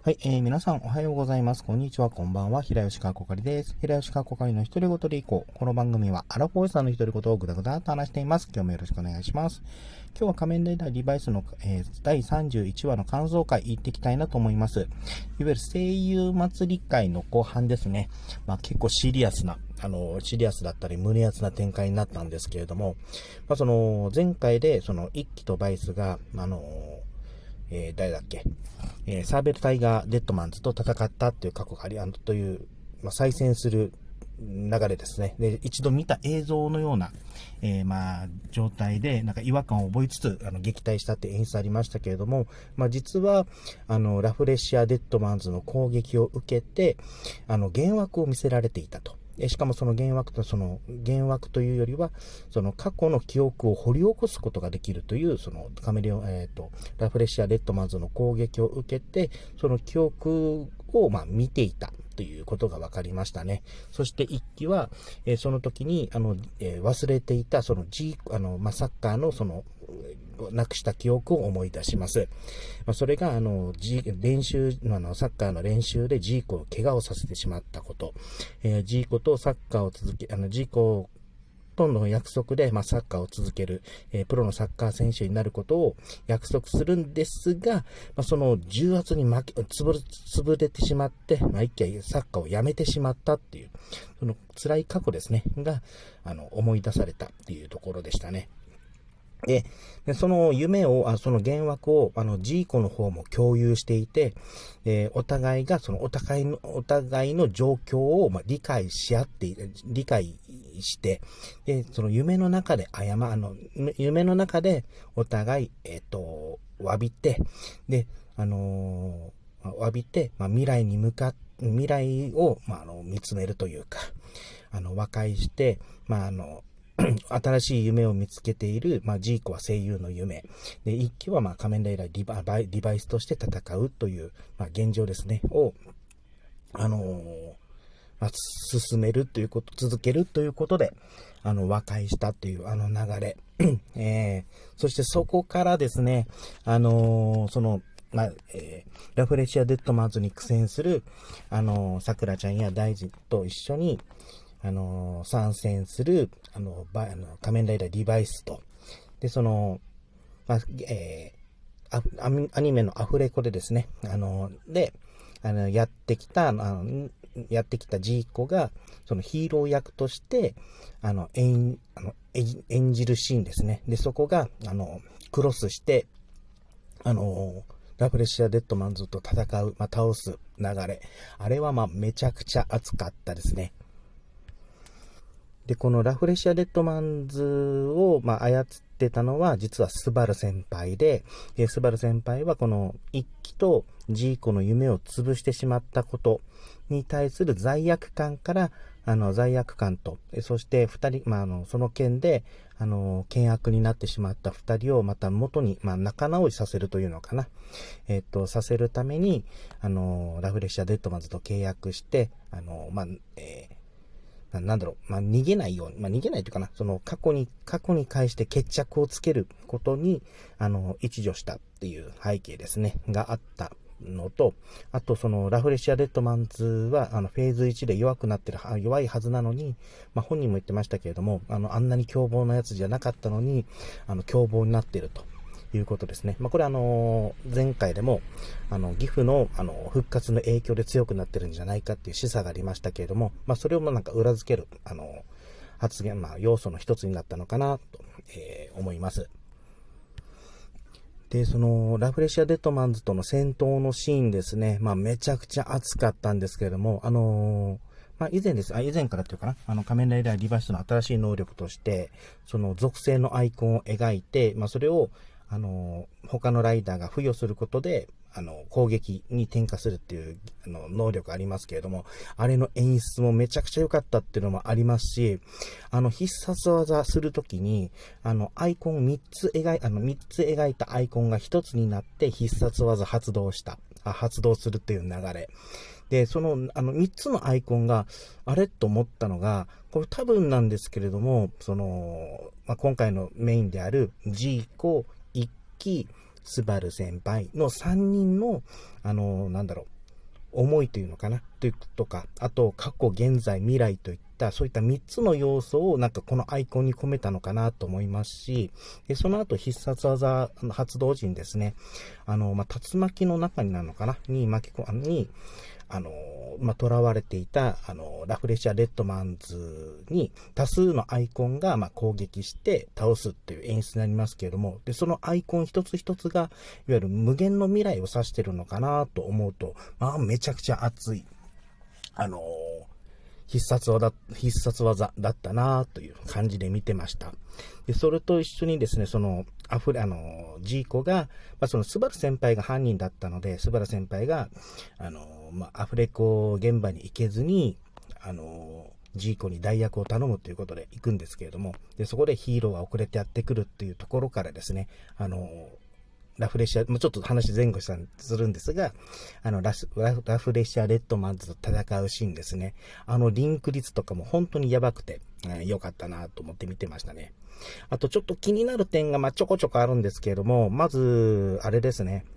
はい、皆さんおはようございます。こんにちは、こんばんは。平吉川こかりです。平吉川こかりの独り言でいこう。この番組はアラフォーさんの独り言をぐだぐだと話しています。今日もよろしくお願いします。今日は仮面ライダーリバイスの、第31話の感想会行ってきたいなと思います。いわゆる声優祭り会の後半ですね。結構シリアスだったり胸熱な展開になったんですけれども、その前回でその一輝とバイスが、誰だっけ、サーベルタイガー・デッドマンズと戦ったっていう過去があり、という、再戦する流れですね。で、一度見た映像のような、状態で、なんか違和感を覚えつつ、撃退したって演出ありましたけれども、実は、ラフレシア・デッドマンズの攻撃を受けて、幻惑を見せられていたと。しかもその幻惑というよりは、その過去の記憶を掘り起こすことができるという、そのカメレオン、ラフレシア・レッドマンズの攻撃を受けて、その記憶を見ていたということが分かりましたね。そして一輝は、その時に忘れていたそのサッカーのそのなくした記憶を思い出します。それがサッカーの練習でジーコを怪我をさせてしまったこと、ジーコとサッカーを続け、ジーコとの約束で、サッカーを続ける、プロのサッカー選手になることを約束するんですが、その重圧に潰れてしまって、一気サッカーをやめてしまったっていう、その辛い過去ですね、が、思い出されたっていうところでしたね。で、その夢を、その幻惑を、ジーコの方も共有していて、お互いが、お互いの状況を、理解して、で、その夢の中でお互い、詫びて、で、未来を、見つめるというか、和解して、新しい夢を見つけている、ジーコは声優の夢。で、一輝は仮面ライダーリバイスとして戦うという、現状ですね、を、進めるということ、続けるということで、和解したという流れ。そしてそこからですね、ラフレシア・デッドマンズに苦戦する、さくらちゃんや大臣と一緒に、参戦する、仮面ライダーリバイスと、で、アニメのアフレコでですね、やってきたジーコが、そのヒーロー役として、演じるシーンですね。で、そこが、クロスして、ラフレシア・デッドマンズと戦う、倒す流れ。あれはめちゃくちゃ熱かったですね。で、このラフレシア・デッドマンズを、操ってたのは、実はスバル先輩で、スバル先輩はこの一輝とジーコの夢を潰してしまったことに対する罪悪感から、罪悪感と、そして二人、その件で、険悪になってしまった二人をまた元に、仲直りさせるというのかな。させるために、ラフレシア・デッドマンズと契約して、逃げないように、逃げないというかな、その過去に対して決着をつけることに、一助したっていう背景ですね、があったのと、あとそのラフレシア・デッドマンズは、フェーズ1で弱いはずなのに、本人も言ってましたけれども、あんなに凶暴なやつじゃなかったのに、凶暴になっていると。いうことですね。これ前回でも、ギフの、復活の影響で強くなってるんじゃないかっていう示唆がありましたけれども、それを裏付ける、発言、要素の一つになったのかな、と、思います。で、その、ラフレシア・デッドマンズとの戦闘のシーンですね、めちゃくちゃ熱かったんですけれども、以前からっていうかな、仮面ライダーリバイスの新しい能力として、その属性のアイコンを描いて、それを、他のライダーが付与することで、攻撃に転化するっていう、能力ありますけれども、あれの演出もめちゃくちゃ良かったっていうのもありますし、必殺技するときに、アイコン3つ描いたアイコンが1つになって必殺技発動するっていう流れ。で、その、3つのアイコンが、あれと思ったのが、これ多分なんですけれども、今回のメインである、ジーコ、一輝、スバル先輩の3人の、 思いというのかなとか、あと過去、現在、未来といったそういった3つの要素をなんかこのアイコンに込めたのかなと思いますし、でその後必殺技発動時にですね、竜巻の中になるのかなに囚われていたラフレシア・レッドマンズに多数のアイコンが攻撃して倒すっていう演出になりますけれども、でそのアイコン一つ一つがいわゆる無限の未来を指しているのかなと思うと、めちゃくちゃ熱い必殺技だったなという感じで見てました。でそれと一緒にですね、そのジーコが、そのスバル先輩が犯人だったので、スバル先輩がアフレコ現場に行けずにジーコに代役を頼むということで行くんですけれども、でそこでヒーローが遅れてやってくるっていうところからですね、ラフレシア、もうちょっと話前後するんですが、ラフレシア・レッドマンズと戦うシーンですね。リンク率とかも本当にやばくて、良かったなと思って見てましたね。あとちょっと気になる点がちょこちょこあるんですけれども、まず、あれですね。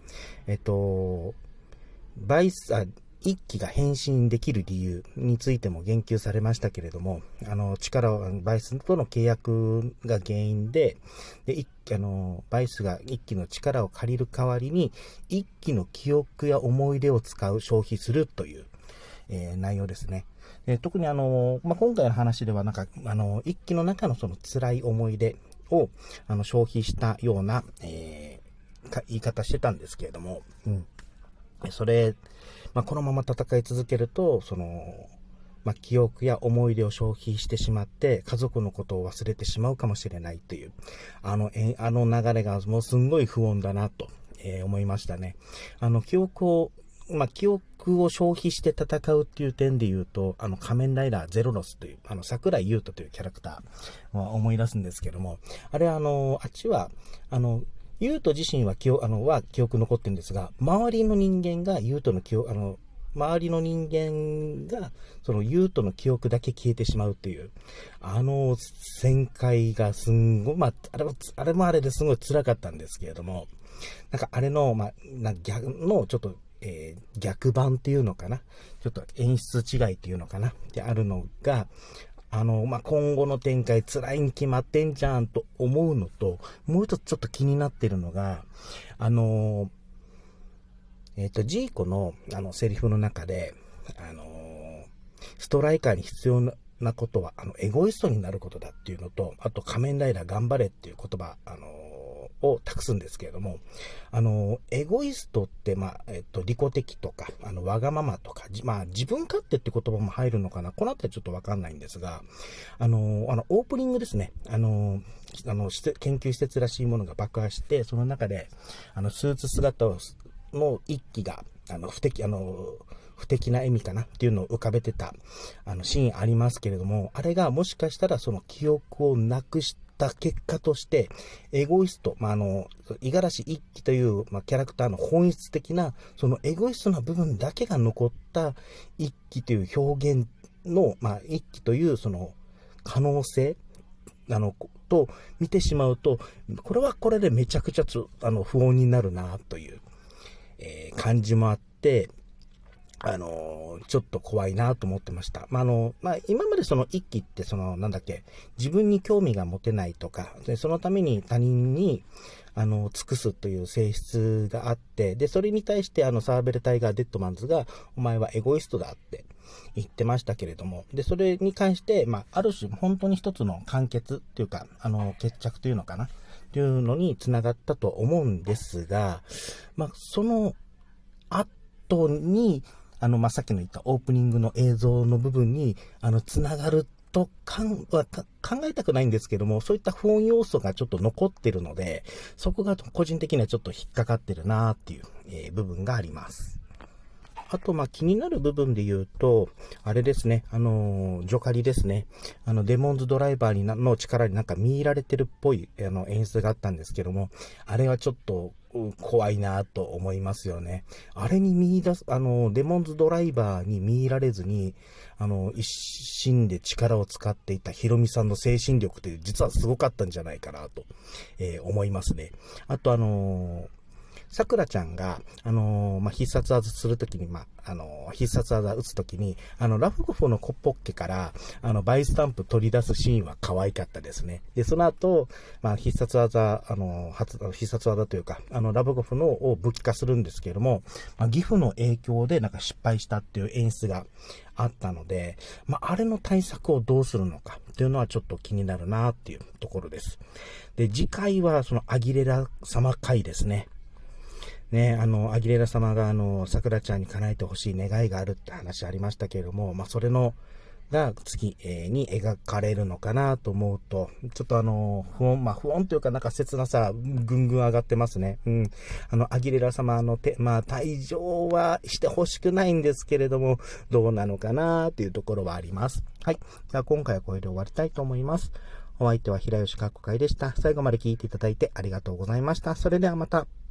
一機が変身できる理由についても言及されましたけれども、バイスとの契約が原因で、バイスが一機の力を借りる代わりに、一機の記憶や思い出を消費するという、内容ですね。特に今回の話では一機の中のその辛い思い出を消費したような、言い方してたんですけれども、それ、このまま戦い続けると、記憶や思い出を消費してしまって、家族のことを忘れてしまうかもしれないという、流れがもうすんごい不穏だなと、思いましたね。記憶を消費して戦うっていう点で言うと、仮面ライダーゼロノスという、桜井優斗というキャラクターを思い出すんですけども、あれあっちは、ユート自身は記憶残ってるんですが、周りの人間がユートの周りの人間が、そのユートの記憶だけ消えてしまうっていう、旋回がすんごい、あれもあれですごい辛かったんですけれども、あれの、逆のちょっと、逆版っていうのかな、ちょっと演出違いっていうのかな、ってあるのが、今後の展開辛いに決まってんじゃんと思うのと、もう一つちょっと気になってるのが、ジーコのセリフの中で、ストライカーに必要なことは、エゴイストになることだっていうのと、あと仮面ライダー頑張れっていう言葉、を託すんですけれども、エゴイストって、利己的とか、わがままとか、自分勝手って言葉も入るのかな、このあたりちょっとわかんないんですが、オープニングですね、研究施設らしいものが爆破して、その中で、スーツ姿の一機が、不敵な笑みかなっていうのを浮かべてた、シーンありますけれども、あれがもしかしたらその記憶をなくした結果として、エゴイスト、五十嵐一輝という、キャラクターの本質的な、そのエゴイストな部分だけが残った一輝という表現の、一輝というその可能性、と見てしまうと、これはこれでめちゃくちゃ不穏になるなという、感じもあって、ちょっと怖いなと思ってました。今までその一揆って自分に興味が持てないとか、でそのために他人に、尽くすという性質があって、で、それに対してサーベルタイガー・デッドマンズが、お前はエゴイストだって言ってましたけれども、で、それに関して、ある種本当に一つの完結っていうか、決着というのかな、っていうのにつながったと思うんですが、その後に、さっきの言ったオープニングの映像の部分に、つながると考えたくないんですけども、そういった不穏要素がちょっと残ってるので、そこが個人的にはちょっと引っかかってるなっていう、部分があります。あと、気になる部分で言うと、あれですね、ジョカリですね。デモンズドライバーの力に見入られてるっぽい、演出があったんですけども、あれはちょっと、怖いなと思いますよね。あれにデモンズドライバーに見入られずに、一心で力を使っていたヒロミさんの精神力って実はすごかったんじゃないかなと、思いますね。あと桜ちゃんが、必殺技するときに、必殺技打つときに、ラフゴフのコッポッケから、バイスタンプ取り出すシーンは可愛かったですね。で、その後、必殺技というか、ラブゴフのを武器化するんですけれども、ギフの影響でなんか失敗したっていう演出があったので、あれの対策をどうするのかっていうのはちょっと気になるなっていうところです。で、次回はそのアギレラ様回ですね。ね、アギレラ様が桜ちゃんに叶えてほしい願いがあるって話ありましたけれども、それの、が次に描かれるのかなと思うと、ちょっと不穏というかなんか切なさ、ぐんぐん上がってますね。アギレラ様退場はしてほしくないんですけれども、どうなのかなというところはあります。はい。じゃあ今回はこれで終わりたいと思います。お相手は平吉かっこかいでした。最後まで聞いていただいてありがとうございました。それではまた。